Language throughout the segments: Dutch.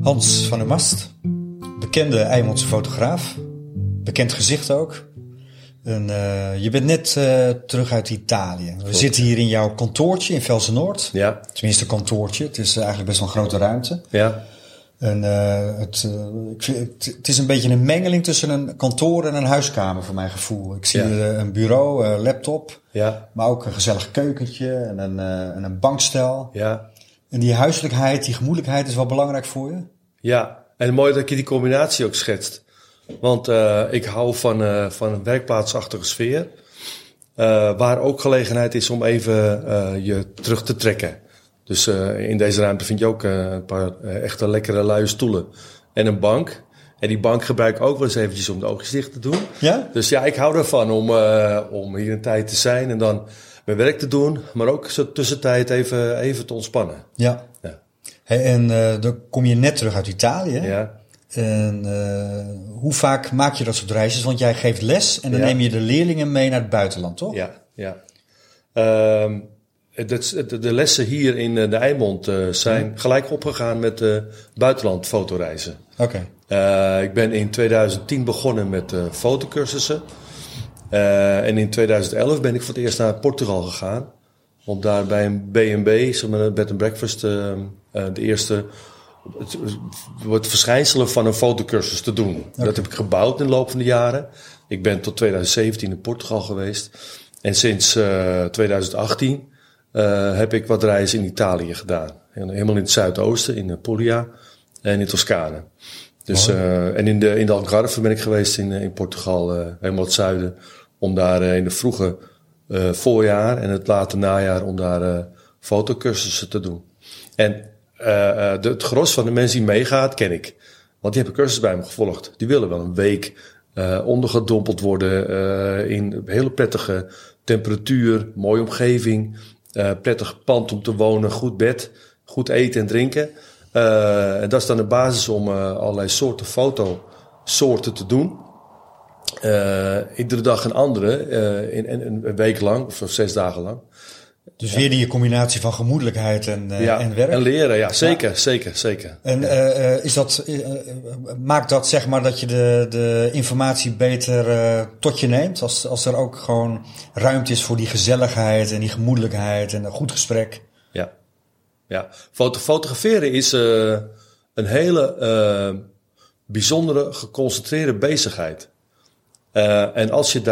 Hans van der Mast, bekende Eimondse fotograaf, bekend gezicht ook. En, je bent net terug uit Italië. We zitten hier in jouw kantoortje in Velsen-Noord. Ja. Tenminste, kantoortje. Het is eigenlijk best wel een grote ruimte. Ja. En het is een beetje een mengeling tussen een kantoor en een huiskamer voor mijn gevoel. Ik zie een bureau, laptop, maar ook een gezellig keukentje en een bankstel. Ja. En die huiselijkheid, die gemoedelijkheid is wel belangrijk voor je? Ja, en mooi dat je die combinatie ook schetst. Want ik hou van een werkplaatsachtige sfeer. Waar ook gelegenheid is om even je terug te trekken. Dus in deze ruimte vind je ook een paar echte lekkere luie stoelen. En een bank. En die bank gebruik ik ook wel eens eventjes om de oogjes dicht te doen. Ja? Dus ja, ik hou ervan om hier een tijd te zijn en dan mijn werk te doen. Maar ook zo tussentijd even te ontspannen. Ja. Hey, en dan kom je net terug uit Italië. Ja. En hoe vaak maak je dat soort reisjes? Want jij geeft les en dan neem je de leerlingen mee naar het buitenland, toch? Ja. De lessen hier in de Eimond zijn gelijk opgegaan met buitenland fotoreizen. Oké. Ik ben in 2010 begonnen met fotocursussen. En in 2011 ben ik voor het eerst naar Portugal gegaan. Om daar bij een B&B, een bed and breakfast, de eerste het verschijnselen van een fotocursus te doen. Okay. Dat heb ik gebouwd in de loop van de jaren. Ik ben tot 2017 in Portugal geweest. En sinds 2018 heb ik wat reizen in Italië gedaan. Helemaal in het zuidoosten, in Puglia en in Toscane. Dus, en in de Algarve ben ik geweest in Portugal, helemaal het zuiden. Om daar in de vroege voorjaar en het late najaar om daar fotocursussen te doen. En het gros van de mensen die meegaat, ken ik. Want die hebben cursus bij me gevolgd. Die willen wel een week ondergedompeld worden in hele prettige temperatuur, mooie omgeving, prettig pand om te wonen, goed bed, goed eten en drinken. En dat is dan de basis om allerlei soorten fotosoorten te doen. Iedere dag een andere, een week lang of 6 dagen lang. Dus weer die combinatie van gemoedelijkheid en werk. En leren, ja, zeker. En maakt dat zeg maar dat je de informatie beter tot je neemt? Als er ook gewoon ruimte is voor die gezelligheid en die gemoedelijkheid en een goed gesprek. Ja. Fotograferen is een hele bijzondere, geconcentreerde bezigheid. En als je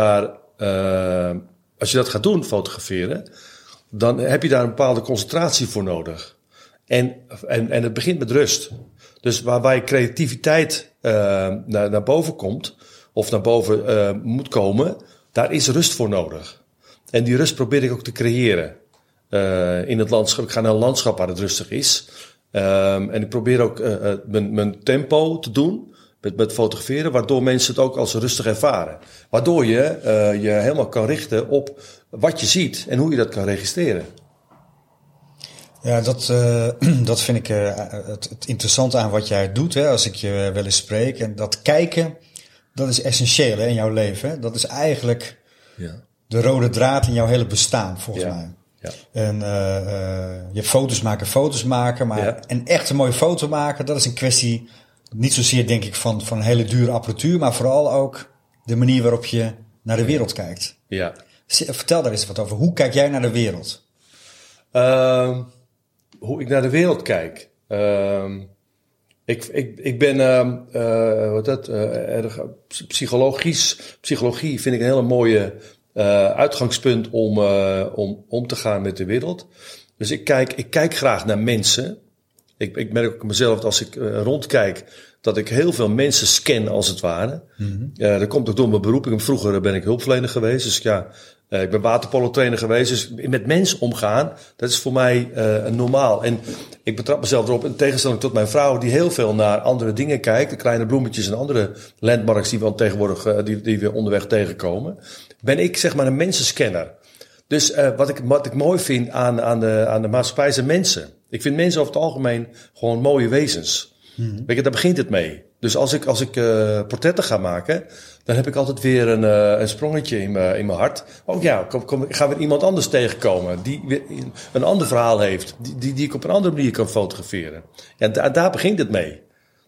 dat gaat doen, fotograferen, dan heb je daar een bepaalde concentratie voor nodig. En het begint met rust. Dus waar je creativiteit naar boven komt, of naar boven moet komen, daar is rust voor nodig. En die rust probeer ik ook te creëren in het landschap. Ik ga naar een landschap waar het rustig is. En ik probeer ook mijn tempo te doen met fotograferen, waardoor mensen het ook als rustig ervaren. Waardoor je je helemaal kan richten op wat je ziet en hoe je dat kan registreren. Ja, dat vind ik het interessante aan wat jij doet, hè, als ik je wel eens spreek. En dat kijken, dat is essentieel hè, in jouw leven. Hè? Dat is eigenlijk de rode draad in jouw hele bestaan, volgens mij. Ja. En je hebt foto's maken, maar een echte mooie foto maken, dat is een kwestie, niet zozeer denk ik van een hele dure apparatuur, maar vooral ook de manier waarop je naar de wereld kijkt. Ja. Vertel daar eens wat over. Hoe kijk jij naar de wereld? Hoe ik naar de wereld kijk? Ik ben erg psychologie vind ik een hele mooie uitgangspunt om te gaan met de wereld. Dus ik kijk graag naar mensen. Ik merk ook mezelf als ik rondkijk dat ik heel veel mensen scan als het ware. Mm-hmm. Dat komt ook door mijn beroep. Vroeger ben ik hulpverlener geweest. Dus ik ben waterpolo-trainer geweest. Dus met mensen omgaan, dat is voor mij normaal. En ik betrap mezelf erop, in tegenstelling tot mijn vrouw, die heel veel naar andere dingen kijkt. De kleine bloemetjes en andere landmarks die we tegenwoordig die we onderweg tegenkomen. Ben ik zeg maar een mensenscanner. Dus wat ik mooi vind aan de maatschappij zijn mensen. Ik vind mensen over het algemeen gewoon mooie wezens. Mm-hmm. Weet je, daar begint het mee. Dus als ik portretten ga maken, dan heb ik altijd weer een sprongetje in mijn hart. Oh ja, ik ga weer iemand anders tegenkomen die weer een ander verhaal heeft, die ik op een andere manier kan fotograferen. En daar begint het mee.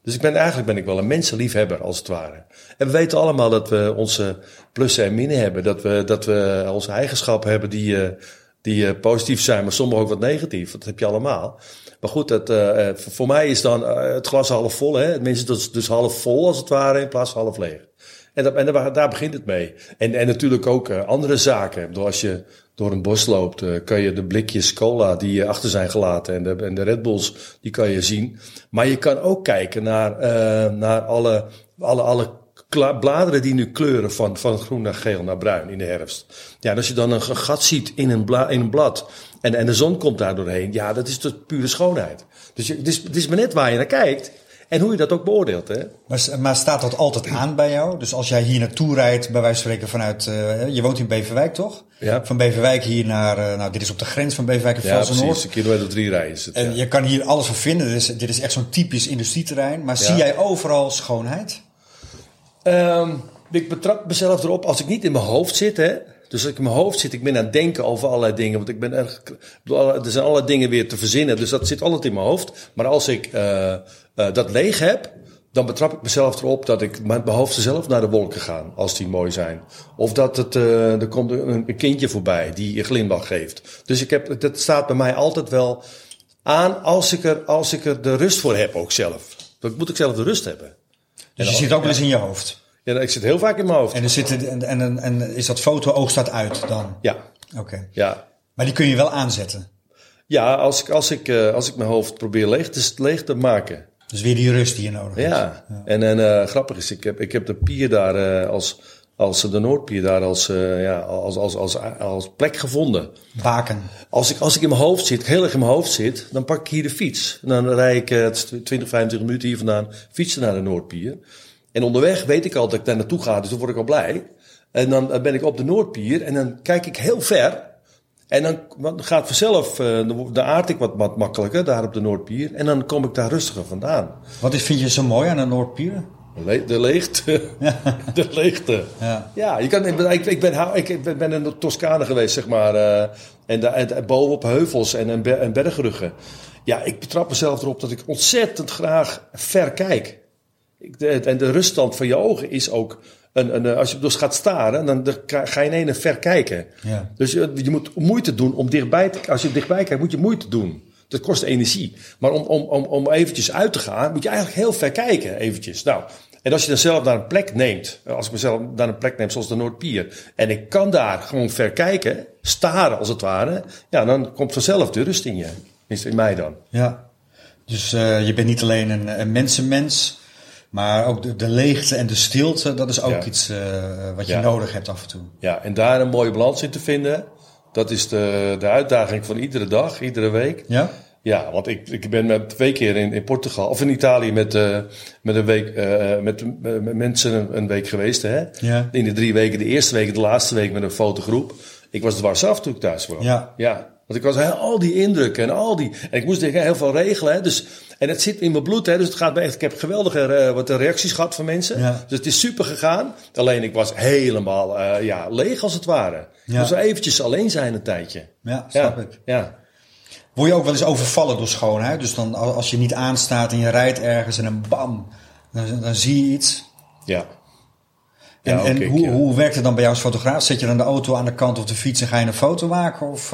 Dus eigenlijk ben ik wel een mensenliefhebber, als het ware. En we weten allemaal dat we onze plussen en minnen hebben. Dat we onze eigenschappen hebben die positief zijn, maar sommige ook wat negatief. Dat heb je allemaal. Maar goed, voor mij is dan het glas half vol. Hè? Tenminste, dus half vol, als het ware, in plaats van half leeg. En daar begint het mee. En natuurlijk ook andere zaken. Als je door een bos loopt, kan je de blikjes cola die achter zijn gelaten en de Red Bulls, die kan je zien. Maar je kan ook kijken naar alle bladeren die nu kleuren van groen naar geel naar bruin in de herfst. Ja, en als je dan een gat ziet in een blad en de zon komt daar doorheen, ja, dat is toch pure schoonheid. Dus het is maar net waar je naar kijkt. En hoe je dat ook beoordeelt, hè? Maar staat dat altijd aan bij jou? Dus als jij hier naartoe rijdt, bij wijze van spreken vanuit... je woont in Beverwijk, toch? Ja. Van Beverwijk hier naar... dit is op de grens van Beverwijk en Velsen-Noord. Ja, precies. Een kilometer 3 rijden is het. En je kan hier alles van vinden. Dit is echt zo'n typisch industrieterrein. Maar zie jij overal schoonheid? Ik betrap mezelf erop als ik niet in mijn hoofd zit, hè. Dus als ik in mijn hoofd zit, ik ben aan het denken over allerlei dingen. Want er zijn allerlei dingen weer te verzinnen. Dus dat zit altijd in mijn hoofd. Maar als ik dat leeg heb, dan betrap ik mezelf erop dat ik met mijn hoofd zelf naar de wolken ga. Als die mooi zijn. Of dat er komt een kindje voorbij die een glimlach geeft. Dus dat staat bij mij altijd wel aan als ik er de rust voor heb ook zelf. Dan moet ik zelf de rust hebben. Dus je zit ook wel eens in je hoofd? Ja, ik zit heel vaak in mijn hoofd. En is dat foto-oog staat uit dan? Ja. Oké. Ja. Maar die kun je wel aanzetten? Ja, als ik mijn hoofd probeer leeg te maken. Dus weer die rust die je nodig hebt. Ja. En grappig is, ik heb de pier daar als de Noordpier daar als plek gevonden. Baken. Als ik in mijn hoofd zit, heel erg in mijn hoofd zit, dan pak ik hier de fiets. En dan rijd ik 20, 25 minuten hier vandaan fietsen naar de Noordpier. En onderweg weet ik al dat ik daar naartoe ga, dus dan word ik al blij. En dan ben ik op de Noordpier en dan kijk ik heel ver. En dan gaat vanzelf, de aard ik wat makkelijker daar op de Noordpier. En dan kom ik daar rustiger vandaan. Wat vind je zo mooi aan de Noordpier? De leegte. De leegte. Ja, ik ben in de Toscane geweest, zeg maar. En bovenop heuvels en bergruggen. Ja, ik betrap mezelf erop dat ik ontzettend graag ver kijk. En de ruststand van je ogen is ook... als je dus gaat staren, dan ga je ineens ver kijken. Ja. Dus je moet moeite doen om dichtbij te... Als je dichtbij kijkt, moet je moeite doen. Dat kost energie. Maar om eventjes uit te gaan, moet je eigenlijk heel ver kijken, eventjes. Nou, en als je dan zelf naar een plek neemt... Als ik mezelf naar een plek neem, zoals de Noordpier... En ik kan daar gewoon ver kijken, staren als het ware... Ja, dan komt vanzelf de rust in je. Tenminste, in mij dan. Ja. Dus je bent niet alleen een mensenmens... Maar ook de leegte en de stilte, dat is ook iets wat je nodig hebt af en toe. Ja, en daar een mooie balans in te vinden, dat is de uitdaging van iedere dag, iedere week. Ja? Ja, want ik ben 2 keer in Portugal of in Italië met een week met mensen een week geweest. Hè? Ja. In de 3 weken, de eerste week, de laatste week met een fotogroep. Ik was dwars af toen ik thuis kwam. Ja. Want ik was al die indrukken en ik moest heel veel regelen. Hè? Dus, en het zit in mijn bloed, hè? Dus het gaat me echt. Ik heb geweldige wat reacties gehad van mensen. Ja. Dus het is super gegaan. Alleen ik was helemaal leeg als het ware. Ja. Dus eventjes alleen zijn een tijdje. Ja, snap ik. Ja. Word je ook wel eens overvallen door schoonheid? Dus dan als je niet aanstaat en je rijdt ergens en dan bam, dan zie je iets. Ja. En hoe werkt het dan bij jou als fotograaf? Zet je dan de auto aan de kant of de fiets en ga je een foto maken? Of...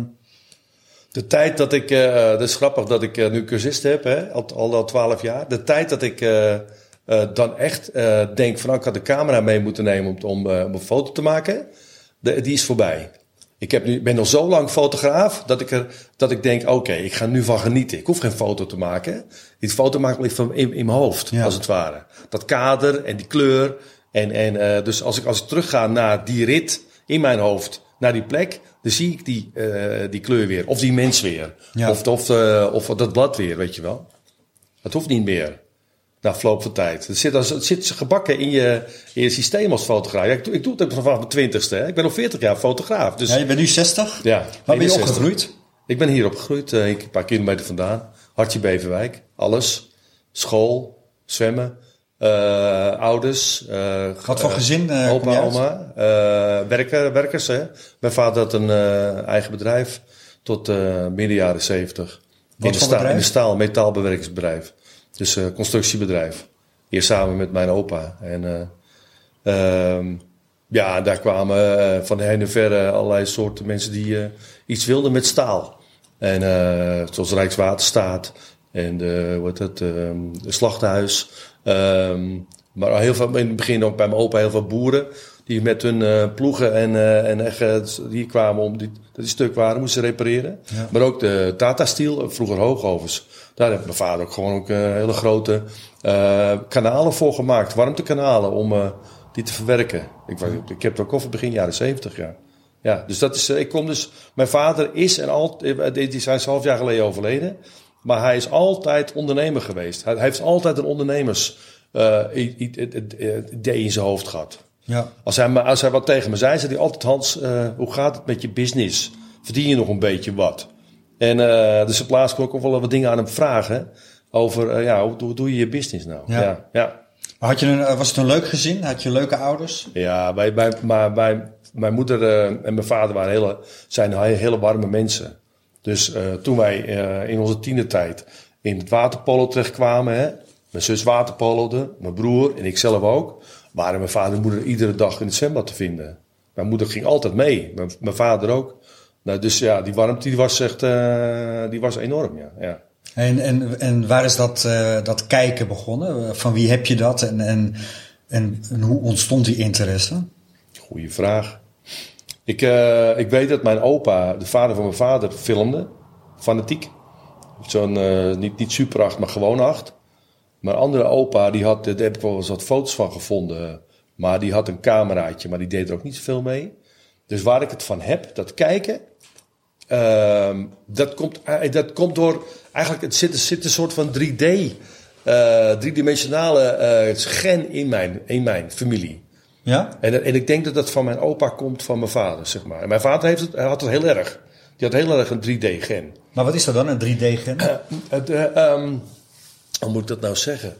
De tijd dat ik, dat is grappig dat ik nu cursist heb, hè, al 12 jaar. De tijd dat ik dan echt denk van ik had de camera mee moeten nemen om een foto te maken, die is voorbij. Ik ben al zo lang fotograaf dat ik denk, oké, ik ga nu van genieten. Ik hoef geen foto te maken. Die foto maak ik in mijn hoofd, als het ware. Dat kader en die kleur. Dus als ik terugga naar die rit in mijn hoofd, naar die plek, dan zie ik die kleur weer. Of die mens weer. Ja. Of dat blad weer, weet je wel. Dat hoeft niet meer. Na verloop van tijd. Het zit gebakken in je systeem als fotograaf. Ja, ik doe het vanaf mijn 20ste. Hè. Ik ben al 40 jaar fotograaf. Dus... Ja, je bent nu 60? Ja. Waar ben je opgegroeid? Ik ben hier opgegroeid. Een paar kilometer vandaan. Hartje Beverwijk. Alles. School. Zwemmen. Ouders. Wat voor gezin opa, oma. Werkers. Hè. Mijn vader had een eigen bedrijf. Tot midden jaren 70. Wat voor bedrijf? In een metaalbewerkingsbedrijf. Dus constructiebedrijf. Eerst samen met mijn opa. En daar kwamen van de heen en verre allerlei soorten mensen die iets wilden met staal. En zoals Rijkswaterstaat en de slachthuis. Maar heel veel, in het begin ook bij mijn opa heel veel boeren die met hun ploegen en echt hier kwamen om die stuk waren moesten repareren. Ja. Maar ook de Tata Steel, vroeger hoogovens. Daar heeft mijn vader ook gewoon hele grote kanalen voor gemaakt, warmtekanalen om die te verwerken. Ik heb het ook over begin jaren 70, ja. Ja, dus dat is, mijn vader is die is half jaar geleden overleden, maar hij is altijd ondernemer geweest. Hij heeft altijd een ondernemers idee in zijn hoofd gehad. Ja. Als hij wat tegen me zei hij altijd: Hans, hoe gaat het met je business? Verdien je nog een beetje wat? En dus op laatst kon ik ook wel wat dingen aan hem vragen over, hoe doe je je business nou? Ja. Maar was het een leuk gezin? Had je leuke ouders? Ja, mijn moeder en mijn vader zijn hele warme mensen. Dus toen wij in onze tienertijd in het waterpolo terechtkwamen, mijn zus waterpolode, mijn broer en ik zelf ook, waren mijn vader en moeder iedere dag in het zwembad te vinden. Mijn moeder ging altijd mee, mijn vader ook. Nou, dus ja, die warmte die was enorm, ja. En waar is dat kijken begonnen? Van wie heb je dat en hoe ontstond die interesse? Goeie vraag. Ik weet dat mijn opa, de vader van mijn vader, filmde. Fanatiek. Zo'n niet super 8, maar gewoon 8. Mijn andere opa, daar heb ik wel eens wat foto's van gevonden. Maar die had een cameraatje, maar die deed er ook niet zoveel mee. Dus waar ik het van heb, dat kijken, dat komt door... Eigenlijk, het zit een soort van 3D, driedimensionale gen in mijn familie. Ja? En ik denk dat dat van mijn opa komt van mijn vader, zeg maar. En mijn vader had het heel erg. Die had heel erg een 3D-gen. Maar wat is dat dan, een 3D-gen? Hoe moet ik dat nou zeggen?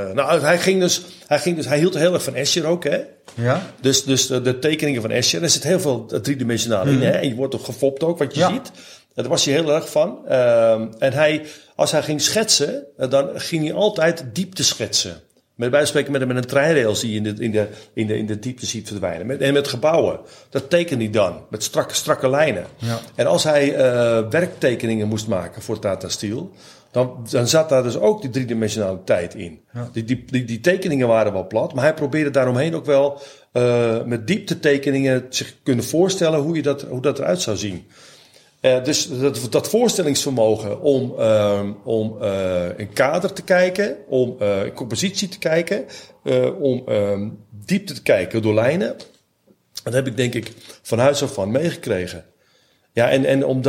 Hij hield heel erg van Escher ook, hè? Ja. Dus de tekeningen van Escher, er zit heel veel driedimensionaal in, hè? En je wordt ook gefopt ook, wat je ziet. Daar was hij heel erg van. En als hij ging schetsen, dan ging hij altijd diepte schetsen. Bij wijze van spreken met een treinrails die je in de diepte ziet verdwijnen. En met gebouwen. Dat tekende hij dan. Met strakke lijnen. Ja. En als hij werktekeningen moest maken voor Tata Steel, dan zat daar dus ook die driedimensionaliteit in. Ja. Die tekeningen waren wel plat, maar hij probeerde daaromheen ook wel met dieptetekeningen zich kunnen voorstellen hoe dat eruit zou zien. Dus dat voorstellingsvermogen om een kader te kijken, om een compositie te kijken, om diepte te kijken door lijnen, dat heb ik denk ik van huis af van meegekregen. Ja, en om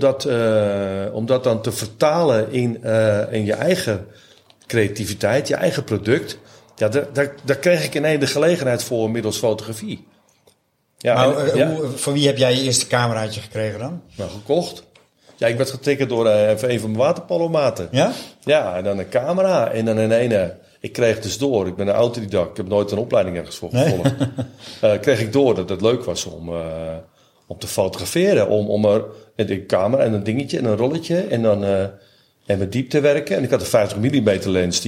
dat dan te vertalen in je eigen creativiteit, je eigen product, ja, daar kreeg ik ineens de gelegenheid voor middels fotografie. Ja, maar van wie heb jij je eerste cameraatje gekregen dan? Nou, gekocht. Ja, ik werd getikkerd door een van mijn waterpolomaten. Ja? Ja, en dan een camera. En dan ik kreeg dus door. Ik ben een autodidact. Ik heb nooit een opleiding ergens voor gevolgd. Kreeg ik door dat het leuk was om te fotograferen. Om er een camera en een dingetje en een rolletje. En dan en met diepte werken. En ik had een 50 mm lens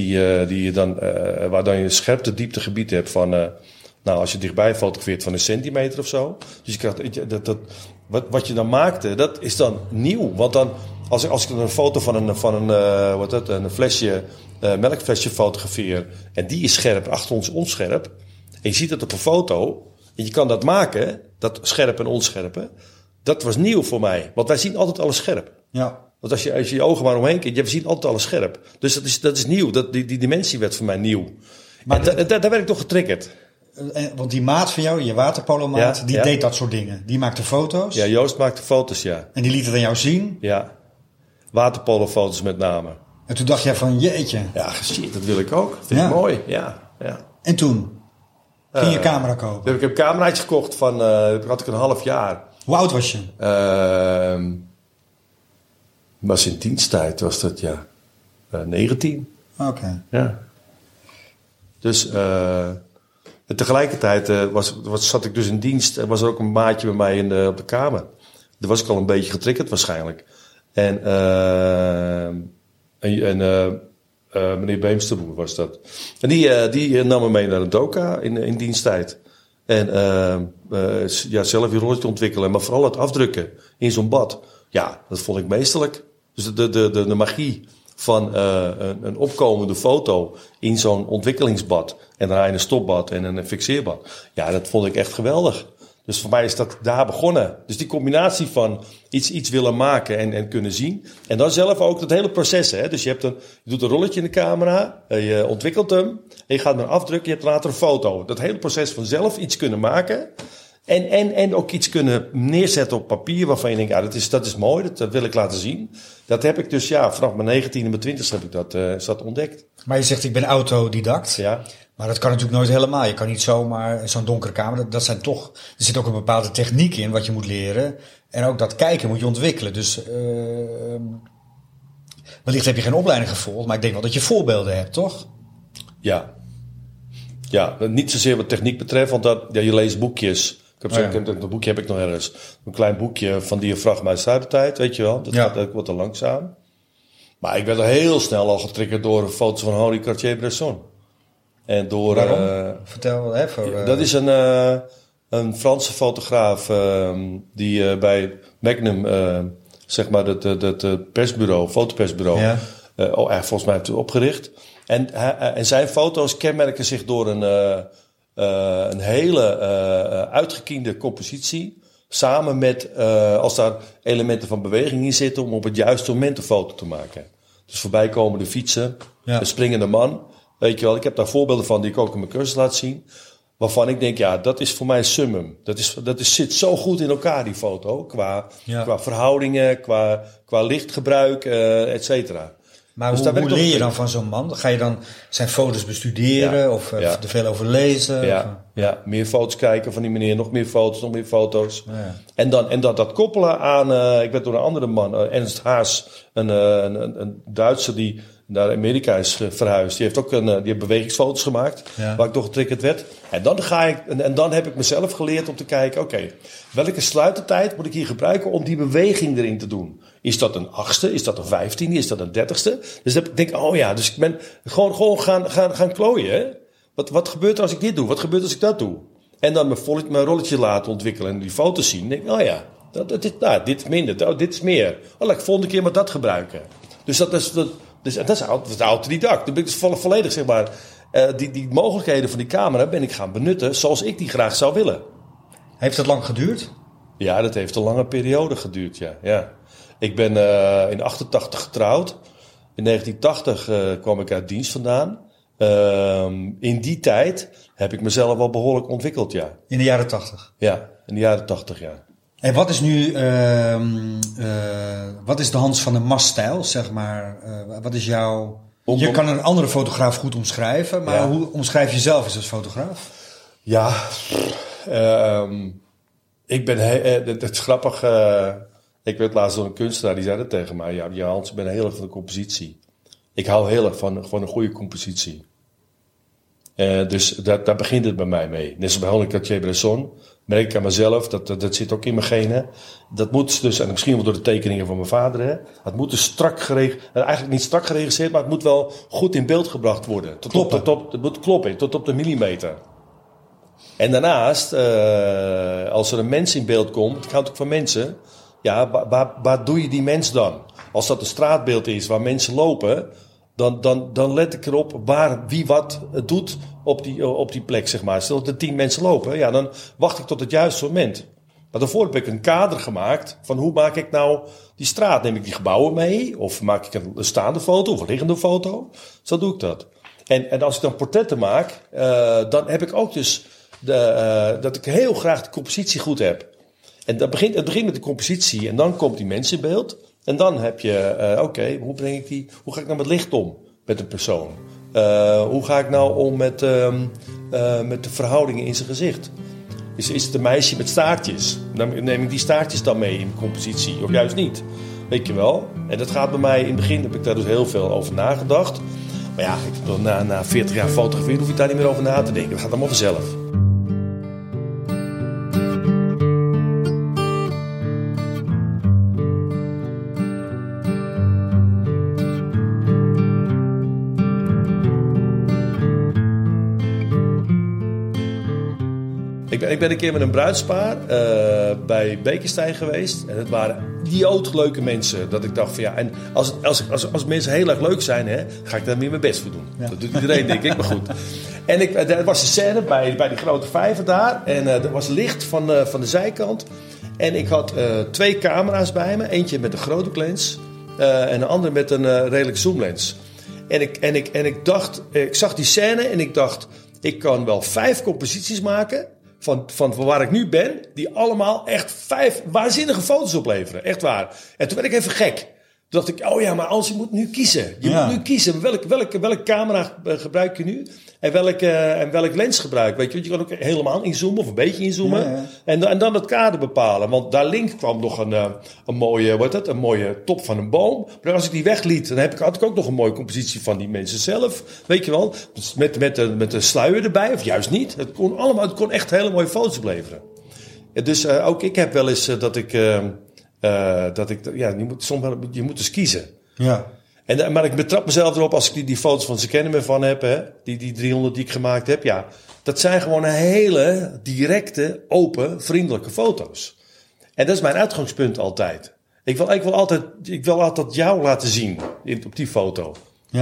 waar dan je een scherpte dieptegebied hebt van... als je dichtbij fotografeert van 1 centimeter of zo. Dus wat je dan maakte, dat is dan nieuw. Want dan, als ik dan een foto van een flesje, melkflesje fotografeer. En die is scherp, achter ons onscherp. En je ziet het op een foto. En je kan dat maken, dat scherp en onscherpe. Dat was nieuw voor mij. Want wij zien altijd alles scherp. Ja. Want als je je ogen maar omheen kijkt, we zien altijd alles scherp. Dus dat is nieuw. Die dimensie werd voor mij nieuw. Maar daar werd ik toch getriggerd. Want die maat van jou, je waterpolomaat, die deed dat soort dingen. Die maakte foto's. Ja, Joost maakte foto's, ja. En die liet het aan jou zien? Ja. Waterpolofoto's met name. En toen dacht jij van, jeetje. Ja, shit, dat wil ik ook. Vind ik mooi, ja. En toen? Ging je camera kopen? Toen heb ik een cameraatje gekocht van, had ik een half jaar. Hoe oud was je? Was in diensttijd was dat, 19. Oké. Ja. Dus... En tegelijkertijd zat ik dus in dienst en was er ook een maatje bij mij op de kamer. Daar was ik al een beetje getriggerd waarschijnlijk. Meneer Beemsterboer was dat. En die nam me mee naar een doka in diensttijd. En zelf je rolletje ontwikkelen. Maar vooral het afdrukken in zo'n bad. Ja, dat vond ik meesterlijk. Dus de magie van een opkomende foto in zo'n ontwikkelingsbad. En daarna in een stopbad en een fixeerbad. Ja, dat vond ik echt geweldig. Dus voor mij is dat daar begonnen. Dus die combinatie van iets willen maken en kunnen zien. En dan zelf ook het hele proces. Hè? Dus je doet een rolletje in de camera. Je ontwikkelt hem. En je gaat hem afdrukken. Je hebt later een foto. Dat hele proces van zelf iets kunnen maken. En ook iets kunnen neerzetten op papier. Waarvan je denkt, ja, dat is mooi. Dat wil ik laten zien. Dat heb ik dus vanaf mijn 19e en mijn 20e heb ik dat ontdekt. Maar je zegt, ik ben autodidact. Ja. Maar dat kan natuurlijk nooit helemaal. Je kan niet zomaar zo'n donkere kamer. Dat zijn toch. Er zit ook een bepaalde techniek in wat je moet leren. En ook dat kijken moet je ontwikkelen. Dus wellicht heb je geen opleiding gevolgd. Maar ik denk wel dat je voorbeelden hebt, toch? Ja. Ja, niet zozeer wat techniek betreft. Want je leest boekjes. Dat boekje heb ik nog ergens. Een klein boekje van diafragma uit Zuidertijd. Weet je wel. Dat wordt te langzaam. Maar ik werd er heel snel al getriggerd door foto's van Henri Cartier-Bresson. En door, waarom? Vertel even. Dat is een Franse fotograaf die bij Magnum, zeg maar, het persbureau, fotopersbureau, volgens mij heeft opgericht. En zijn foto's kenmerken zich door een hele uitgekiende compositie. Samen met, als daar elementen van beweging in zitten, om op het juiste moment een foto te maken. Dus voorbijkomende fietsen, een springende man. Weet je wel, ik heb daar voorbeelden van die ik ook in mijn cursus laat zien. Waarvan ik denk, ja, dat is voor mij summum. Dat zit zo goed in elkaar, die foto. Qua verhoudingen, qua lichtgebruik, et cetera. Maar dus hoe leer je dan van zo'n man? Ga je dan zijn foto's bestuderen of er veel over lezen? Ja, meer foto's kijken van die meneer, nog meer foto's. Ja. En dan dat koppelen aan, ik werd door een andere man, Ernst Haas, een Duitser die naar Amerika is verhuisd. Die heeft bewegingsfoto's gemaakt, waar ik door getriggerd werd. En dan heb ik mezelf geleerd om te kijken, oké, welke sluitertijd moet ik hier gebruiken om die beweging erin te doen? Is dat een 8e? Is dat een 15e? Is dat een 30e? Dus ik denk, dus ik ben gewoon gaan klooien. Hè? Wat gebeurt er als ik dit doe? Wat gebeurt als ik dat doe? En dan mijn rolletje laten ontwikkelen en die foto's zien. Dan denk ik, dit is minder, dit is meer. Laat ik volgende keer maar dat gebruiken. Dus dat is autodidact. Dan ben ik dus volledig, zeg maar, die mogelijkheden van die camera ben ik gaan benutten zoals ik die graag zou willen. Heeft dat lang geduurd? Ja, dat heeft een lange periode geduurd, ja. Ik ben in 88 getrouwd. In 1980 kwam ik uit dienst vandaan. In die tijd heb ik mezelf wel behoorlijk ontwikkeld, ja. In de jaren 80? Ja, in de jaren 80, ja. En wat is nu, wat is de Hans van der Mast-stijl, zeg maar? Wat is jouw... Je kan een andere fotograaf goed omschrijven, maar hoe omschrijf je zelf als fotograaf? Ja, ik ben... Het is grappig. Ik werd laatst door een kunstenaar, die zei dat tegen mij. Ja, Hans, ik ben heel erg van de compositie. Ik hou heel erg van een goede compositie. Dus daar begint het bij mij mee. Net zoals bij Henri Cartier-Bresson. Merk ik aan mezelf, dat zit ook in mijn genen. Dat moet dus, en misschien wel door de tekeningen van mijn vader, hè. Het moet dus eigenlijk niet strak geregisseerd, maar het moet wel goed in beeld gebracht worden. Het moet kloppen, tot op de millimeter. En daarnaast, als er een mens in beeld komt, het gaat ook van mensen, ja, waar doe je die mens dan? Als dat een straatbeeld is waar mensen lopen, dan let ik erop wie wat doet op die plek, zeg maar. Stel dat er 10 mensen lopen, ja, dan wacht ik tot het juiste moment. Maar daarvoor heb ik een kader gemaakt van hoe maak ik nou die straat? Neem ik die gebouwen mee? Of maak ik een staande foto of een liggende foto? Zo doe ik dat. En als ik dan portretten maak, dan heb ik ook dus dat ik heel graag de compositie goed heb. En het begint met de compositie en dan komt die mens in beeld. En dan heb je, hoe ga ik nou met licht om met een persoon? Hoe ga ik nou om met de verhoudingen in zijn gezicht? Is het een meisje met staartjes? Dan neem ik die staartjes dan mee in mijn compositie, of juist niet? Weet je wel? En dat gaat bij mij, in het begin heb ik daar dus heel veel over nagedacht. Maar ja, na 40 jaar fotografie hoef ik daar niet meer over na te denken. Dat gaat allemaal vanzelf. Ik ben een keer met een bruidspaar bij Bekenstein geweest. En het waren idioot leuke mensen. Dat ik dacht van ja, en als mensen heel erg leuk zijn, hè, ga ik daar weer mijn best voor doen. Ja. Dat doet iedereen, denk ik, maar goed. En er was een scène bij die grote vijver daar. En er was licht van de zijkant. En ik had 2 camera's bij me. Eentje met een grote lens en een andere met een redelijk zoomlens. En ik dacht, ik zag die scène en ik dacht, ik kan wel 5 composities maken van waar ik nu ben, die allemaal echt 5 waanzinnige foto's opleveren. Echt waar. En toen werd ik even gek. Toen dacht ik, oh ja, maar Hans, je moet nu kiezen. Je moet nu kiezen. Welke camera gebruik je nu? En welk lens gebruik? Weet je, want je kan ook helemaal inzoomen of een beetje inzoomen. Ja. En dan het kader bepalen. Want daar links kwam nog een mooie top van een boom. Maar als ik die wegliet, dan had ik ook nog een mooie compositie van die mensen zelf. Weet je wel? Dus met de sluier erbij, of juist niet. Het kon echt hele mooie foto's opleveren. Dus ook ik heb wel eens je moet dus kiezen. Ja. Maar ik betrap mezelf erop als ik die foto's van Ze Kennen Me van heb, hè, die 300 die ik gemaakt heb. Ja, dat zijn gewoon een hele directe, open, vriendelijke foto's. En dat is mijn uitgangspunt altijd. Ik wil altijd jou laten zien op die foto. Ja.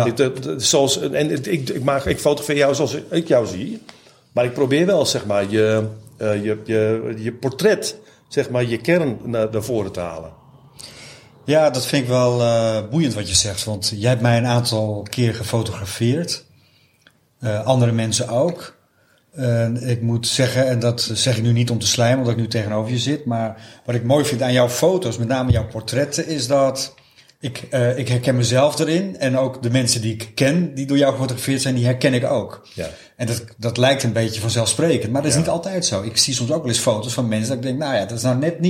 Ik fotografeer jou zoals ik jou zie. Maar ik probeer wel, zeg maar, je portret, zeg maar, je kern naar voren te halen. Ja, dat vind ik wel boeiend wat je zegt. Want jij hebt mij een aantal keer gefotografeerd. Andere mensen ook. Ik moet zeggen, en dat zeg ik nu niet om te slijmen, omdat ik nu tegenover je zit. Maar wat ik mooi vind aan jouw foto's, met name jouw portretten, is dat ik herken mezelf erin. En ook de mensen die ik ken, die door jou gefotografeerd zijn, die herken ik ook. Ja. En dat lijkt een beetje vanzelfsprekend. Maar dat is niet altijd zo. Ik zie soms ook wel eens foto's van mensen dat ik denk, nou ja, dat is nou net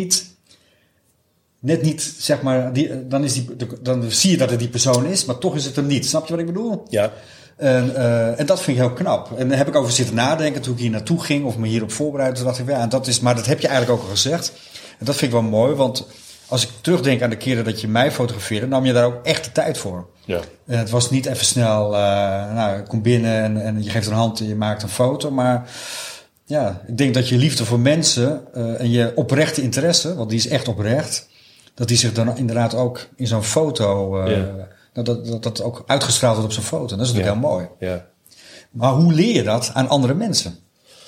niet, zeg maar, dan zie je dat het die persoon is, maar toch is het hem niet. Snap je wat ik bedoel? Ja. En dat vind ik heel knap. En daar heb ik over zitten nadenken toen ik hier naartoe ging of me hierop voorbereidde. Toen dacht ik, ja, maar dat heb je eigenlijk ook al gezegd. En dat vind ik wel mooi, want als ik terugdenk aan de keren dat je mij fotografeerde, nam je daar ook echt de tijd voor. Ja. En het was niet even snel, ik kom binnen en je geeft een hand en je maakt een foto, maar ja, ik denk dat je liefde voor mensen en je oprechte interesse, want die is echt oprecht, dat die zich dan inderdaad ook in zo'n foto, dat ook uitgestraald wordt op zo'n foto. Dat is natuurlijk heel mooi. Ja. Maar hoe leer je dat aan andere mensen?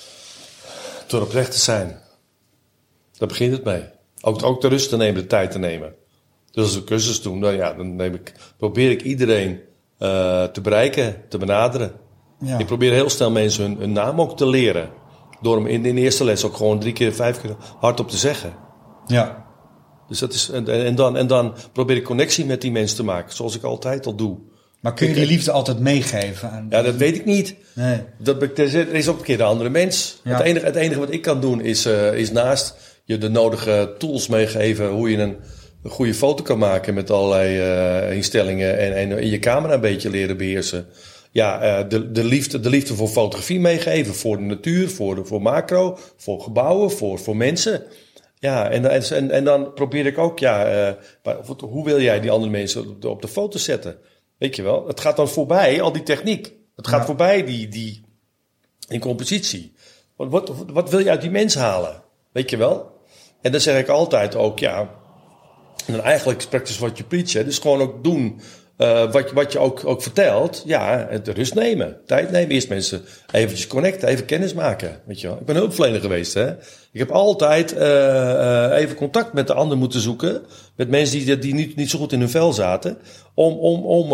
Door oprecht te zijn. Daar begint het mee. Ook de rust te nemen, de tijd te nemen. Dus als we een cursus doen, dan probeer ik iedereen te bereiken, te benaderen. Ja. Ik probeer heel snel mensen hun naam ook te leren. Door hem in de eerste les ook gewoon 3 keer, 5 keer hardop te zeggen. Ja. Dus dat is, en dan probeer ik connectie met die mensen te maken, zoals ik altijd al doe. Maar kun je die liefde altijd meegeven? Ja, dat weet ik niet. Nee. Er is ook een keer de andere mens. Ja. Het enige wat ik kan doen is naast je de nodige tools meegeven hoe je een goede foto kan maken met allerlei instellingen en je camera een beetje leren beheersen. Ja, de liefde voor fotografie meegeven, voor de natuur, voor macro, voor gebouwen, voor mensen. Ja, en dan probeer ik ook, hoe wil jij die andere mensen op de foto zetten? Weet je wel, het gaat dan voorbij, al die techniek. Het gaat voorbij die compositie. Wat wil je uit die mens halen? Weet je wel? En dan zeg ik altijd ook, en dan eigenlijk practice what you preach. Hè. Dus gewoon ook doen wat je ook vertelt. Ja, de rust nemen, tijd nemen. Eerst mensen eventjes connecten, even kennis maken. Weet je wel. Ik ben hulpverlener geweest. Hè. Ik heb altijd even contact met de ander moeten zoeken. Met mensen die niet zo goed in hun vel zaten. Om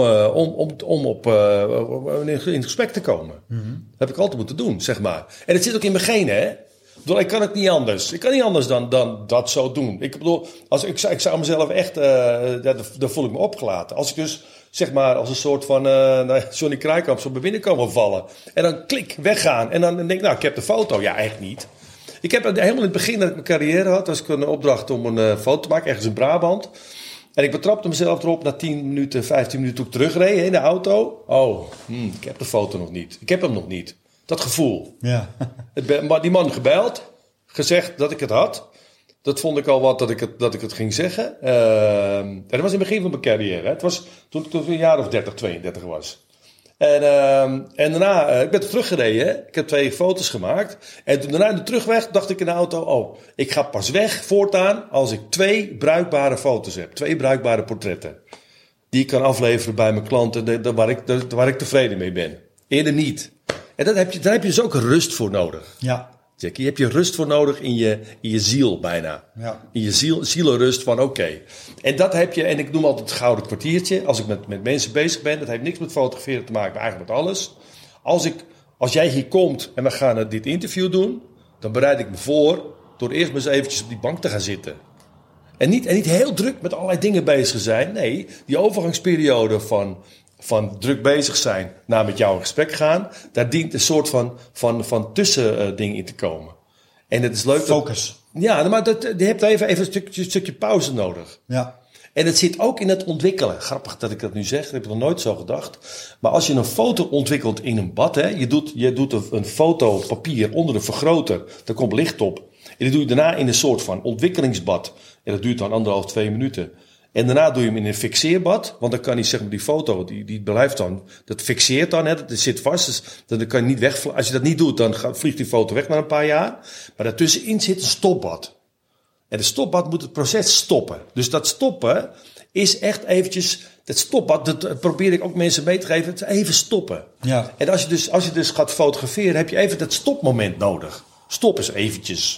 in gesprek te komen. Mm-hmm. Dat heb ik altijd moeten doen, zeg maar. En het zit ook in mijn genen, hè. Ik kan het niet anders. Ik kan niet anders dan dat zo doen. Ik bedoel, ik zou mezelf echt, daar voel ik me opgelaten. Als ik dus, zeg maar, als een soort van Johnny Kruikamp zo bij binnen komen vallen. En dan klik, weggaan. En dan denk ik, ik heb de foto. Ja, echt niet. Ik heb helemaal in het begin dat ik mijn carrière had, was ik een opdracht om een foto te maken, ergens in Brabant. En ik betrapte mezelf erop na 10 minuten, 15 minuten toen ik terugreed in de auto. Ik heb de foto nog niet. Ik heb hem nog niet. Dat gevoel. Ja. Maar die man gebeld, gezegd dat ik het had. Dat vond ik al wat dat ik het ging zeggen. En dat was in het begin van mijn carrière. Hè. Het was toen ik een jaar of 30, 32 was. En daarna, ik ben teruggereden. Hè? Ik heb 2 foto's gemaakt. En toen daarna in de terugweg dacht ik in de auto... ik ga pas weg voortaan als ik 2 bruikbare foto's heb. 2 bruikbare portretten. Die ik kan afleveren bij mijn klanten, waar ik tevreden mee ben. Eerder niet. En daar heb je dus ook rust voor nodig. Ja. Jackie, je hebt je rust voor nodig in je ziel bijna. Ja. In je zielenrust van oké. En dat heb je, en ik noem altijd het gouden kwartiertje. Als ik met mensen bezig ben, dat heeft niks met fotograferen te maken, maar eigenlijk met alles. Als jij hier komt en we gaan dit interview doen, dan bereid ik me voor door eerst maar eens eventjes op die bank te gaan zitten. En niet heel druk met allerlei dingen bezig zijn. Nee, die overgangsperiode van druk bezig zijn naar met jou in gesprek gaan, daar dient een soort van tussending in te komen. En het is leuk. Focus. Ja, maar je hebt even een stukje pauze nodig. Ja. En het zit ook in het ontwikkelen. Grappig dat ik dat nu zeg, dat heb ik nog nooit zo gedacht. Maar als je een foto ontwikkelt in een bad, hè, je doet een foto op papier onder een vergroter, daar komt licht op. En die doe je daarna in een soort van ontwikkelingsbad. En dat duurt dan 1,5, 2 minuten. En daarna doe je hem in een fixeerbad. Want dan kan hij, zeg maar, die foto, die blijft dan, dat fixeert dan, hè, dat zit vast. Dus dan kan je niet weg. Als je dat niet doet, dan vliegt die foto weg na een paar jaar. Maar daartussenin zit een stopbad. En de stopbad moet het proces stoppen. Dus dat stoppen is echt eventjes, dat stopbad, dat probeer ik ook mensen mee te geven, het is even stoppen. Ja. En als je dus gaat fotograferen, heb je even dat stopmoment nodig. Stop eens eventjes.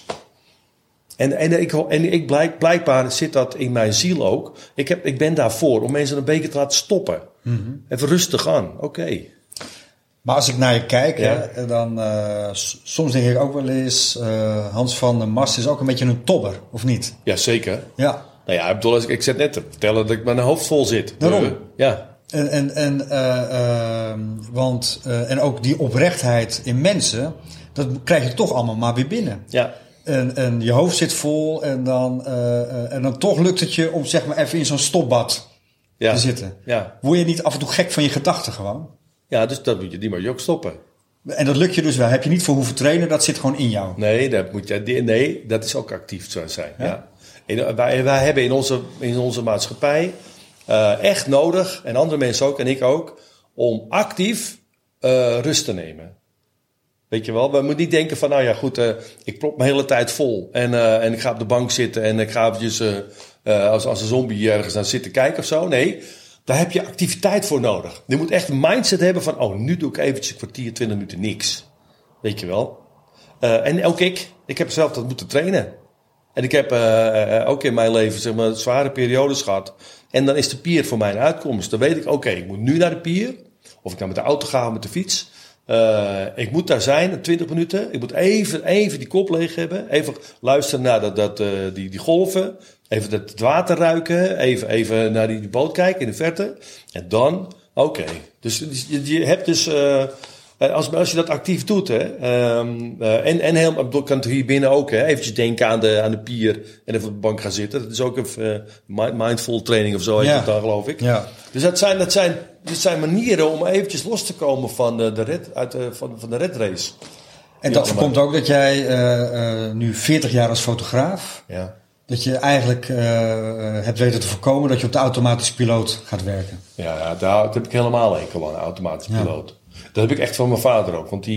En blijkbaar zit dat in mijn ziel ook. Ik ben daarvoor om mensen een beetje te laten stoppen. Mm-hmm. Even rustig aan, oké. Maar als ik naar je kijk, ja, hè, dan soms denk ik ook wel eens, Hans van der Mast is ook een beetje een tobber, of niet? Ja, zeker. Ja. Nou ja, ik zit net te vertellen dat ik mijn hoofd vol zit. Daarom. Ja. En ook die oprechtheid in mensen, dat krijg je toch allemaal maar weer binnen. Ja. En je hoofd zit vol en dan toch lukt het je om, zeg maar, even in zo'n stopbad te zitten. Ja. Word je niet af en toe gek van je gedachten gewoon? Ja, dus die moet je ook stoppen. En dat lukt je dus wel. Heb je niet voor hoeven trainen, dat zit gewoon in jou. Nee, dat is ook actief zo zijn. Ja? Ja. Wij hebben in onze maatschappij echt nodig, en andere mensen ook, en ik ook, om actief rust te nemen. Weet je wel, we moeten niet denken van, nou ja goed, ik prop mijn hele tijd vol. En ik ga op de bank zitten en ik ga eventjes als een zombie ergens aan zitten kijken of zo. Nee, daar heb je activiteit voor nodig. Je moet echt een mindset hebben van, nu doe ik eventjes een kwartier, 20 minuten niks. Weet je wel. En ook ik heb zelf dat moeten trainen. En ik heb ook in mijn leven, zeg maar, zware periodes gehad. En dan is de pier voor mij een uitkomst. Dan weet ik, oké, ik moet nu naar de pier. Of ik nou met de auto ga of met de fiets. Ik moet daar zijn in 20 minuten. Ik moet even die kop leeg hebben. Even luisteren naar die golven. Even het water ruiken. Even naar die boot kijken in de verte. En dan, oké. Dus je hebt dus, als je dat actief doet, hè, en helemaal, kan het hier binnen ook, hè, eventjes denken aan de pier en even op de bank gaan zitten. Dat is ook een mindful training of zo, heet het dan, geloof ik. Ja. Dus dat zijn manieren om eventjes los te komen van de red race. En dat voorkomt ook dat jij nu 40 jaar als fotograaf, ja, dat je eigenlijk hebt weten te voorkomen dat je op de automatische piloot gaat werken. Ja, daar heb ik helemaal enkel aan, een automatische piloot. Dat heb ik echt van mijn vader ook, want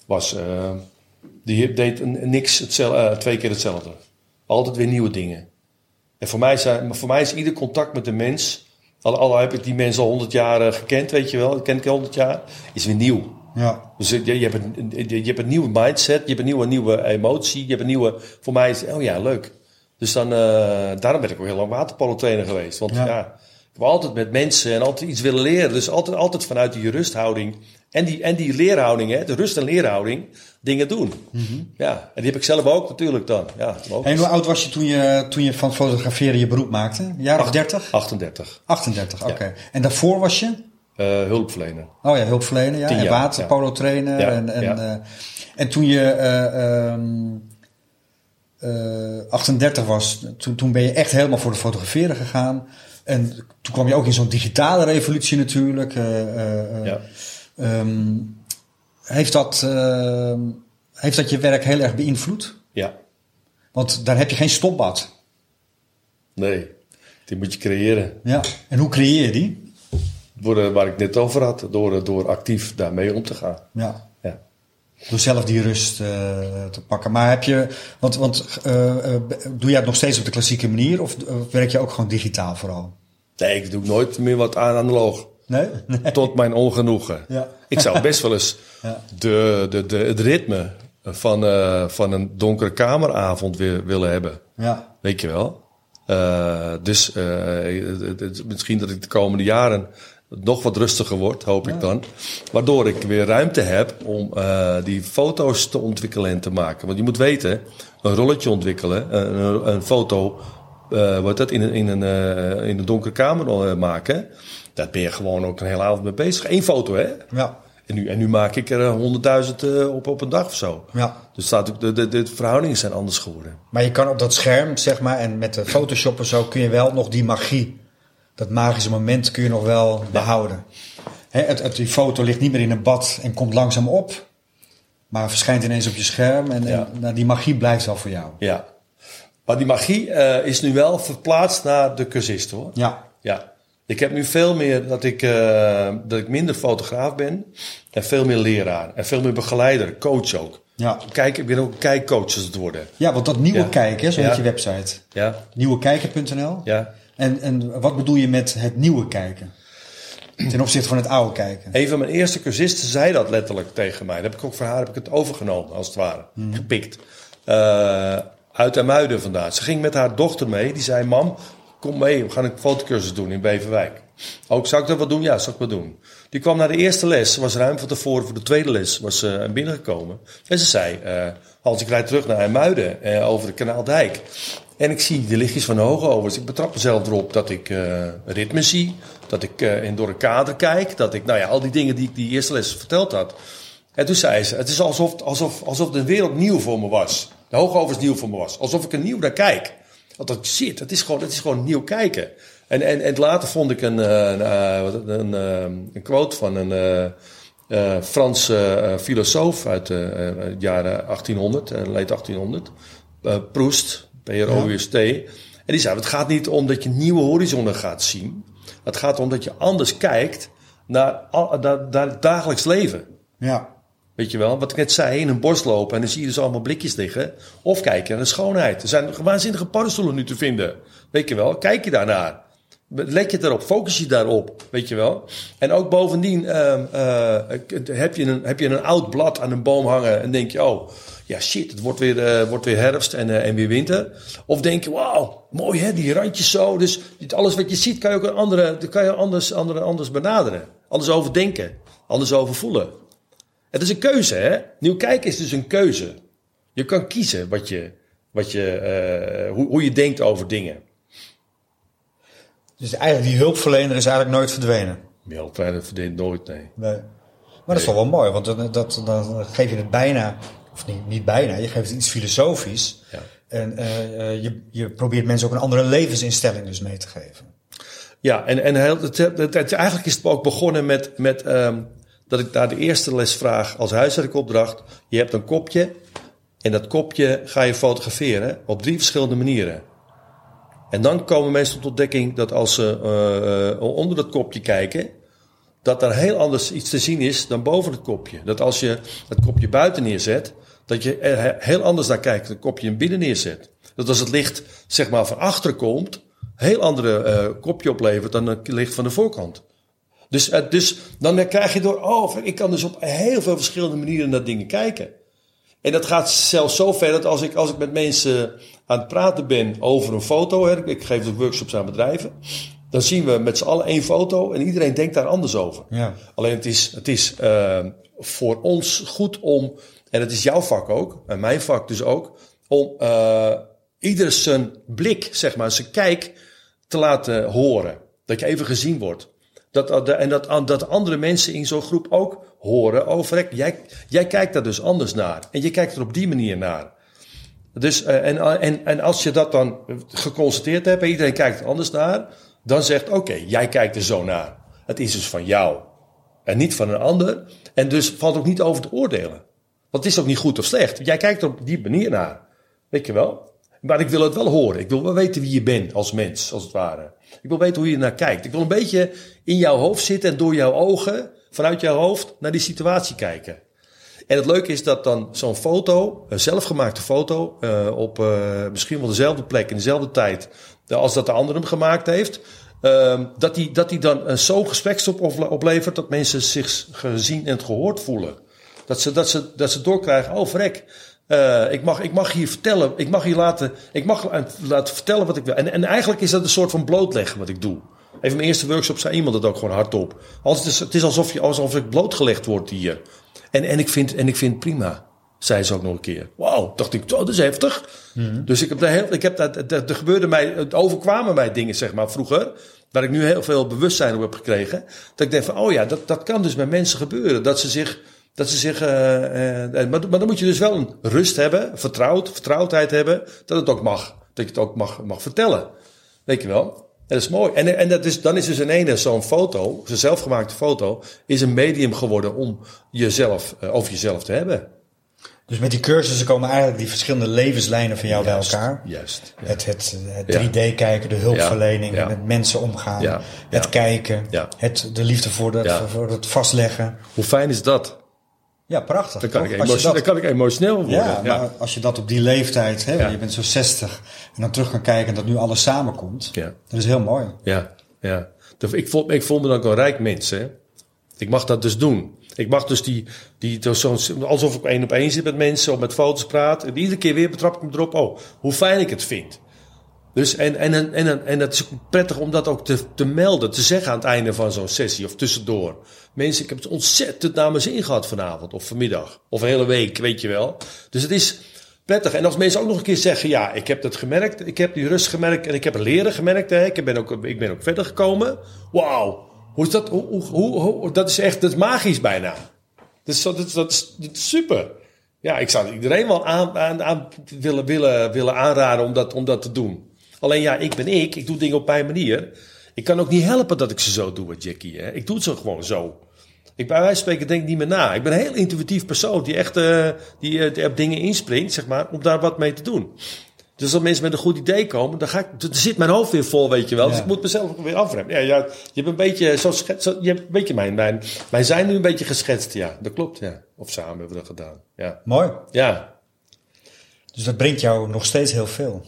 die deed niks 2 keer hetzelfde. Altijd weer nieuwe dingen. En voor mij is ieder contact met de mens, al heb ik die mensen al 100 jaar gekend, weet je wel, dat ken ik al 100 jaar, is weer nieuw. Ja. Dus je hebt een nieuwe mindset, je hebt een nieuwe emotie, je hebt een nieuwe, voor mij is oh ja, leuk. Dus daarom ben ik ook heel lang waterpolo trainer geweest. Want ja, ik heb altijd met mensen en altijd iets willen leren. Dus altijd vanuit die rusthouding en die leerhouding, hè, de rust- en leerhouding, dingen doen. Mm-hmm. Ja, en die heb ik zelf ook natuurlijk dan. Ja, en hoe oud was je toen je van fotograferen je beroep maakte? Een jaar of 30? 38. 38, oké. Ja. En daarvoor was je? Hulpverlener. Oh ja, hulpverlener, ja. En waterpolo trainer. Ja. En toen je 38 was, toen ben je echt helemaal voor de fotograferen gegaan. En toen kwam je ook in zo'n digitale revolutie natuurlijk. Heeft dat je werk heel erg beïnvloed? Ja. Want daar heb je geen stopbad. Nee, die moet je creëren. Ja. En hoe creëer je die? waar ik net over had, door actief daarmee om te gaan. Ja. Ja. Door zelf die rust te pakken. Maar heb je, doe jij het nog steeds op de klassieke manier of werk je ook gewoon digitaal vooral? Nee, ik doe nooit meer wat analoog. Nee? Tot mijn ongenoegen. Ja. Ik zou best wel eens het ritme van een donkere kameravond weer willen hebben. Ja. Weet je wel? Misschien dat ik de komende jaren nog wat rustiger word, hoop ik dan. Waardoor ik weer ruimte heb om die foto's te ontwikkelen en te maken. Want je moet weten, een rolletje ontwikkelen, een foto, in een donkere kamer maken. Daar ben je gewoon ook een hele avond mee bezig. 1 foto, hè? Ja. En nu maak ik er 100.000 op een dag of zo. Ja. Dus de verhoudingen zijn anders geworden. Maar je kan op dat scherm, zeg maar, en met de Photoshop en zo kun je wel nog die magie, dat magische moment kun je nog wel behouden. Die foto ligt niet meer in een bad en komt langzaam op, maar verschijnt ineens op je scherm en die magie blijft wel voor jou. Ja. Maar die magie is nu wel verplaatst naar de cursist, hoor. Ja. Ja. Ik heb nu veel meer dat ik minder fotograaf ben en veel meer leraar en veel meer begeleider, coach ook. Ja. Ik ben ook een kijkcoach als het worden. Ja, want dat nieuwe kijken, zo heet je website. Ja. Nieuwekijken.nl. Ja. En wat bedoel je met het nieuwe kijken? Ten opzichte van het oude kijken. Een van mijn eerste cursisten zei dat letterlijk tegen mij. Dat heb ik ook van haar het overgenomen, als het ware. Gepikt. Uit IJmuiden vandaan. Ze ging met haar dochter mee. Die zei, mam, kom mee. We gaan een fotocursus doen in Beverwijk. Ook, zou ik dat wat doen? Ja, zou ik wat doen. Die kwam naar de eerste les. Ze was ruim van tevoren voor de tweede les. Was binnengekomen. En ze zei, Hans, ik rijd terug naar IJmuiden. Over de Kanaaldijk. En ik zie de lichtjes van de Hoogovens. Ik betrap mezelf erop dat ik ritme zie. Dat ik door een kader kijk. Dat ik, al die dingen die ik die eerste les verteld had. En toen zei ze, het is alsof de wereld nieuw voor me was. De Hoogovens nieuw voor me was. Alsof ik er nieuw naar kijk. Dat ik shit, het is gewoon nieuw kijken. En later vond ik een quote van een Franse filosoof uit de jaren 1800, late 1800. Proust, P-R-O-U-S-T. En die zei, het gaat niet om dat je nieuwe horizonnen gaat zien. Het gaat om dat je anders kijkt naar het dagelijks leven. Ja. Weet je wel, wat ik net zei, in een bos lopen en dan zie je dus allemaal blikjes liggen. Of kijk je naar de schoonheid. Er zijn waanzinnige paddenstoelen nu te vinden. Weet je wel, kijk je daarnaar. Let je daarop, focus je daarop, weet je wel. En ook bovendien heb je een oud blad aan een boom hangen en denk je, oh, ja shit, het wordt weer herfst en weer winter. Of denk je, wauw, mooi hè, die randjes zo. Dus alles wat je ziet kan je ook anders benaderen. Anders over denken, anders over voelen. Het is een keuze, hè. Nieuw kijken is dus een keuze. Je kan kiezen hoe je denkt over dingen. Dus eigenlijk die hulpverlener is eigenlijk nooit verdwenen. Die hulpverlener verdient nooit, nee. Maar dat is toch wel mooi, want dan geef je het bijna, of niet bijna, je geeft het iets filosofisch. Ja. En je probeert mensen ook een andere levensinstelling dus mee te geven. Ja, en eigenlijk is het ook begonnen met dat ik daar de eerste les vraag als huiswerkopdracht. Je hebt een kopje en dat kopje ga je fotograferen op 3 verschillende manieren. En dan komen mensen tot ontdekking dat als ze onder dat kopje kijken, dat er heel anders iets te zien is dan boven het kopje. Dat als je het kopje buiten neerzet, dat je er heel anders naar kijkt dan het kopje in binnen neerzet. Dat als het licht zeg maar van achteren komt, een heel andere kopje oplevert dan het licht van de voorkant. Dus dan krijg je door, ik kan dus op heel veel verschillende manieren naar dingen kijken. En dat gaat zelfs zo ver dat als ik met mensen aan het praten ben over een foto, ik geef dus workshops aan bedrijven, dan zien we met z'n allen 1 foto en iedereen denkt daar anders over. Ja. Alleen het is voor ons goed om, en het is jouw vak ook, en mijn vak dus ook, om ieder zijn blik, zeg maar, zijn kijk te laten horen. Dat je even gezien wordt. Dat andere mensen in zo'n groep ook horen over, jij kijkt daar dus anders naar. En je kijkt er op die manier naar. Dus, en als je dat dan geconstateerd hebt en iedereen kijkt er anders naar, dan zegt, oké, jij kijkt er zo naar. Het is dus van jou en niet van een ander. En dus valt ook niet over te oordelen. Want het is ook niet goed of slecht. Jij kijkt er op die manier naar. Weet je wel? Maar ik wil het wel horen. Ik wil wel weten wie je bent als mens, als het ware. Ik wil weten hoe je naar kijkt. Ik wil een beetje in jouw hoofd zitten en door jouw ogen, vanuit jouw hoofd, naar die situatie kijken. En het leuke is dat dan zo'n foto, een zelfgemaakte foto, op misschien wel dezelfde plek in dezelfde tijd als dat de ander hem gemaakt heeft, dat die dan zo'n gespreksstof oplevert dat mensen zich gezien en gehoord voelen. Dat ze doorkrijgen, oh verrek, ik mag hier vertellen, ik mag laten vertellen wat ik wil. En eigenlijk is dat een soort van blootleggen wat ik doe. Even mijn eerste workshop zei iemand het ook gewoon hardop. Het is alsof ik blootgelegd word hier. En ik vind het prima, zei ze ook nog een keer. Wauw, dacht ik, oh, dat is heftig. Mm-hmm. Dus er gebeurde mij, het overkwamen mij dingen, zeg maar, vroeger, waar ik nu heel veel bewustzijn op heb gekregen. Dat ik denk van, oh ja, dat kan dus bij mensen gebeuren. Maar dan moet je dus wel een rust hebben, vertrouwdheid hebben, dat het ook mag. Dat je het ook mag vertellen. Weet je wel? Dat is mooi. En dan is dus in ene zo'n foto, zo'n zelfgemaakte foto, is een medium geworden om over jezelf te hebben. Dus met die cursussen komen eigenlijk die verschillende levenslijnen van jou bij elkaar. Juist. Ja. Het 3D kijken, de hulpverlening, met mensen omgaan, het kijken, de liefde voor het vastleggen. Hoe fijn is dat? Ja, prachtig. Dan kan ik emotioneel worden. Ja, maar als je dat op die leeftijd, je bent zo 60 en dan terug kan kijken en dat nu alles samenkomt, dat is heel mooi. Ja. Ik voel me dan ook een rijk mens, hè. Ik mag dat dus doen. Ik mag dus alsof ik 1-op-1 zit met mensen of met foto's praat. En iedere keer weer betrap ik me erop, hoe fijn ik het vind. Dus en het is prettig om dat ook te melden, te zeggen aan het einde van zo'n sessie of tussendoor. Mensen, ik heb het ontzettend naar mijn zin gehad vanavond of vanmiddag of een hele week, weet je wel. Dus het is prettig. En als mensen ook nog een keer zeggen, ja, ik heb dat gemerkt, ik heb die rust gemerkt en ik heb het leren gemerkt, hè. Ik ben ook verder gekomen. Wauw, hoe is dat? Dat is magisch bijna. Dat is super. Ja, ik zou iedereen wel aan willen aanraden om dat te doen. Alleen ja, ik doe dingen op mijn manier. Ik kan ook niet helpen dat ik ze zo doe, Jackie. Hè? Ik doe het zo gewoon zo. Bij wijze van spreken denk ik niet meer na. Ik ben een heel intuïtief persoon die echt die op dingen inspringt, zeg maar, om daar wat mee te doen. Dus als mensen met een goed idee komen, dan zit mijn hoofd weer vol, weet je wel. Ja. Dus ik moet mezelf ook weer afremmen. Ja, je hebt een beetje je hebt een beetje mijn zijn nu een beetje geschetst, ja. Dat klopt, ja. Of samen hebben we dat gedaan. Ja. Mooi. Ja. Dus dat brengt jou nog steeds heel veel.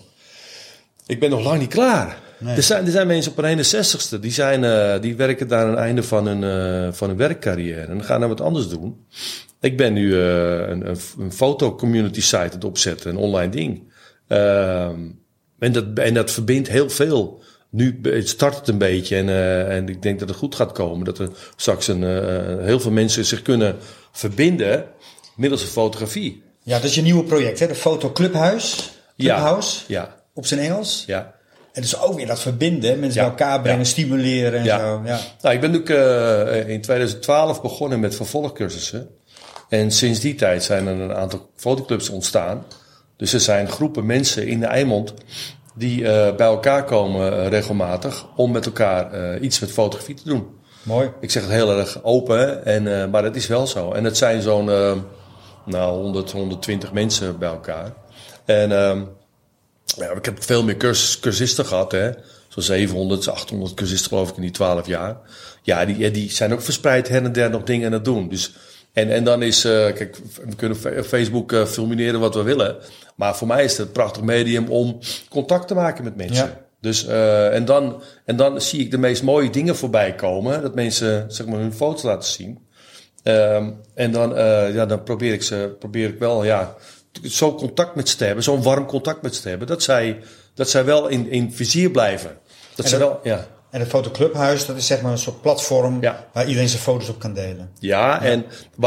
Ik ben nog lang niet klaar. Nee. Er zijn mensen op hun 61ste, die werken daar aan het einde van hun werkcarrière en gaan dan wat anders doen. Ik ben nu een foto-community site aan het opzetten, een online ding. En dat verbindt heel veel. Nu start het een beetje en ik denk dat het goed gaat komen. Dat er straks heel veel mensen zich kunnen verbinden middels een fotografie. Ja, dat is je nieuwe project, hè? De Foto Clubhouse. Ja. Op zijn Engels. Ja. En dus ook weer dat verbinden, mensen bij elkaar brengen, stimuleren en zo. Ja. Nou, ik ben nu in 2012 begonnen met vervolgcursussen. En sinds die tijd zijn er een aantal fotoclubs ontstaan. Dus er zijn groepen mensen in de Eimond die bij elkaar komen regelmatig om met elkaar iets met fotografie te doen. Mooi. Ik zeg het heel erg open, maar het is wel zo. En het zijn zo'n 100, 120 mensen bij elkaar. En ik heb veel meer cursisten gehad, hè. Zo'n 700, 800 cursisten geloof ik in die 12 jaar. Ja, die zijn ook verspreid her en der nog dingen aan het doen. Dus, en dan is, kijk, we kunnen Facebook filmineren wat we willen. Maar voor mij is het een prachtig medium om contact te maken met mensen. Ja. Dus, en dan zie ik de meest mooie dingen voorbij komen. Dat mensen, zeg maar, hun foto's laten zien. En dan probeer ik wel, zo'n contact met ze te hebben, zo'n warm contact met ze te hebben, dat zij wel in vizier blijven. En het Fotoclubhuis, dat is zeg maar een soort platform waar iedereen zijn foto's op kan delen. Ja. En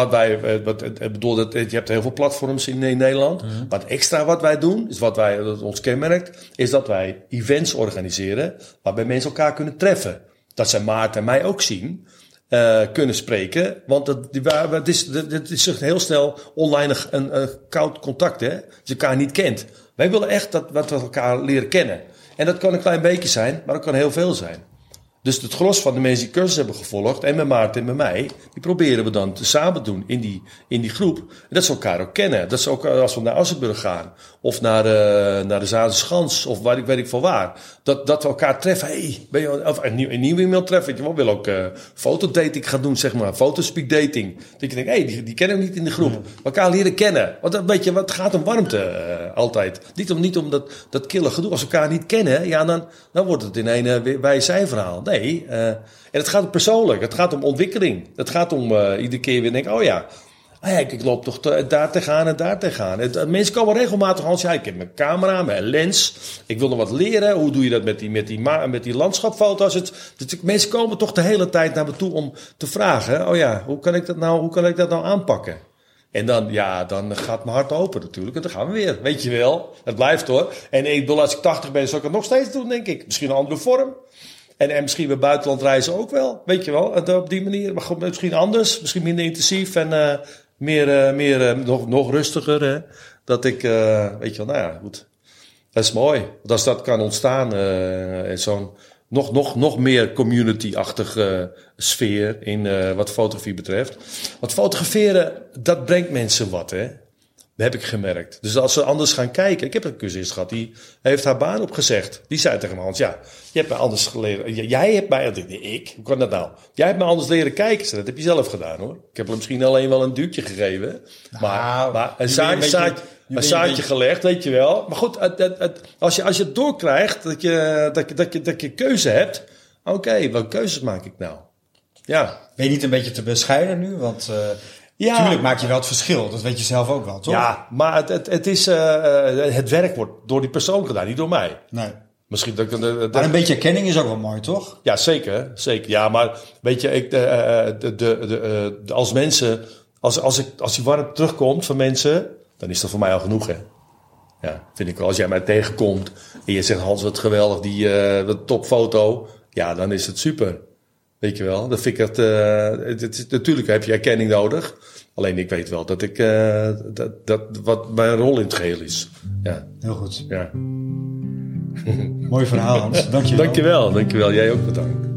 je hebt heel veel platforms in Nederland. Mm-hmm. Maar het extra wat wij doen, is wat ons kenmerkt, is dat wij events organiseren waarbij mensen elkaar kunnen treffen. Dat zij Maarten en mij ook zien. Kunnen spreken, want het is heel snel online een koud contact, hè, als je elkaar niet kent. Wij willen echt dat we elkaar leren kennen. En dat kan een klein beetje zijn, maar dat kan heel veel zijn. Dus het gros van de mensen die cursus hebben gevolgd, en met Maarten en met mij, die proberen we dan te samen doen in die groep. En dat ze elkaar ook kennen. Dat ze ook, als we naar Assenburg gaan, of naar de Zaanschans, of weet ik veel waar, dat we elkaar treffen. Hey, of een nieuwe iemand treffen. Je wil ook fotodating gaan doen, zeg maar. Fotospeak dating. Dat je denkt, hey, die kennen we niet in de groep. Elkaar leren kennen. Want weet je, wat gaat om warmte altijd. Niet om dat kille gedoe. Als we elkaar niet kennen, ja, dan wordt het in een wij-zijn verhaal. Nee, en het gaat om persoonlijk. Het gaat om ontwikkeling. Het gaat om iedere keer weer denken, oh ja, ik loop toch daar tegenaan en daar tegenaan. Mensen komen regelmatig als ik heb mijn camera, mijn lens. Ik wil nog wat leren. Hoe doe je dat met die landschapfoto's? Mensen komen toch de hele tijd naar me toe om te vragen, oh ja, hoe kan ik dat nou aanpakken? En dan gaat mijn hart open natuurlijk. En dan gaan we weer. Weet je wel. Het blijft hoor. En ik bedoel, als ik 80 ben, zal ik het nog steeds doen, denk ik. Misschien een andere vorm. En misschien weer buitenland reizen ook wel. Weet je wel. En op die manier. Maar goed, misschien anders. Misschien minder intensief. En nog rustiger. Hè? Dat ik, weet je wel, nou ja, goed. Dat is mooi. Want als dat kan ontstaan. Zo'n nog meer community-achtige sfeer in wat fotografie betreft. Want fotograferen, dat brengt mensen wat, hè. Dat heb ik gemerkt. Dus als ze anders gaan kijken. Ik heb een cursist gehad, die heeft haar baan opgezegd. Die zei tegen me, Hans, ja, je hebt mij anders geleerd. Jij hebt mij, hoe kan dat nou? Jij hebt mij anders leren kijken. Dat heb je zelf gedaan, hoor. Ik heb hem misschien alleen wel een duwtje gegeven. Maar een zaadje gelegd, weet je wel. Maar goed, als je het doorkrijgt, dat je keuze hebt. Oké, welke keuzes maak ik nou? Ja. Ben je niet een beetje te bescheiden nu? Want tuurlijk maak je wel het verschil. Dat weet je zelf ook wel, toch? Ja, maar het werk wordt door die persoon gedaan, niet door mij. Nee. Misschien maar een beetje erkenning is ook wel mooi, toch? Ja, zeker. Ja, maar weet je, als mensen, als die warmte terugkomt van mensen, dan is dat voor mij al genoeg, hè. Ja, vind ik wel. Als jij mij tegenkomt en je zegt, Hans, wat geweldig, die topfoto. Ja, dan is het super. Weet je wel, dat vind ik natuurlijk heb je erkenning nodig. Alleen ik weet wel dat ik wat mijn rol in het geheel is. Ja. Heel goed. Ja. Mooi verhaal, Hans. Dankjewel. Dankjewel. Jij ook bedankt.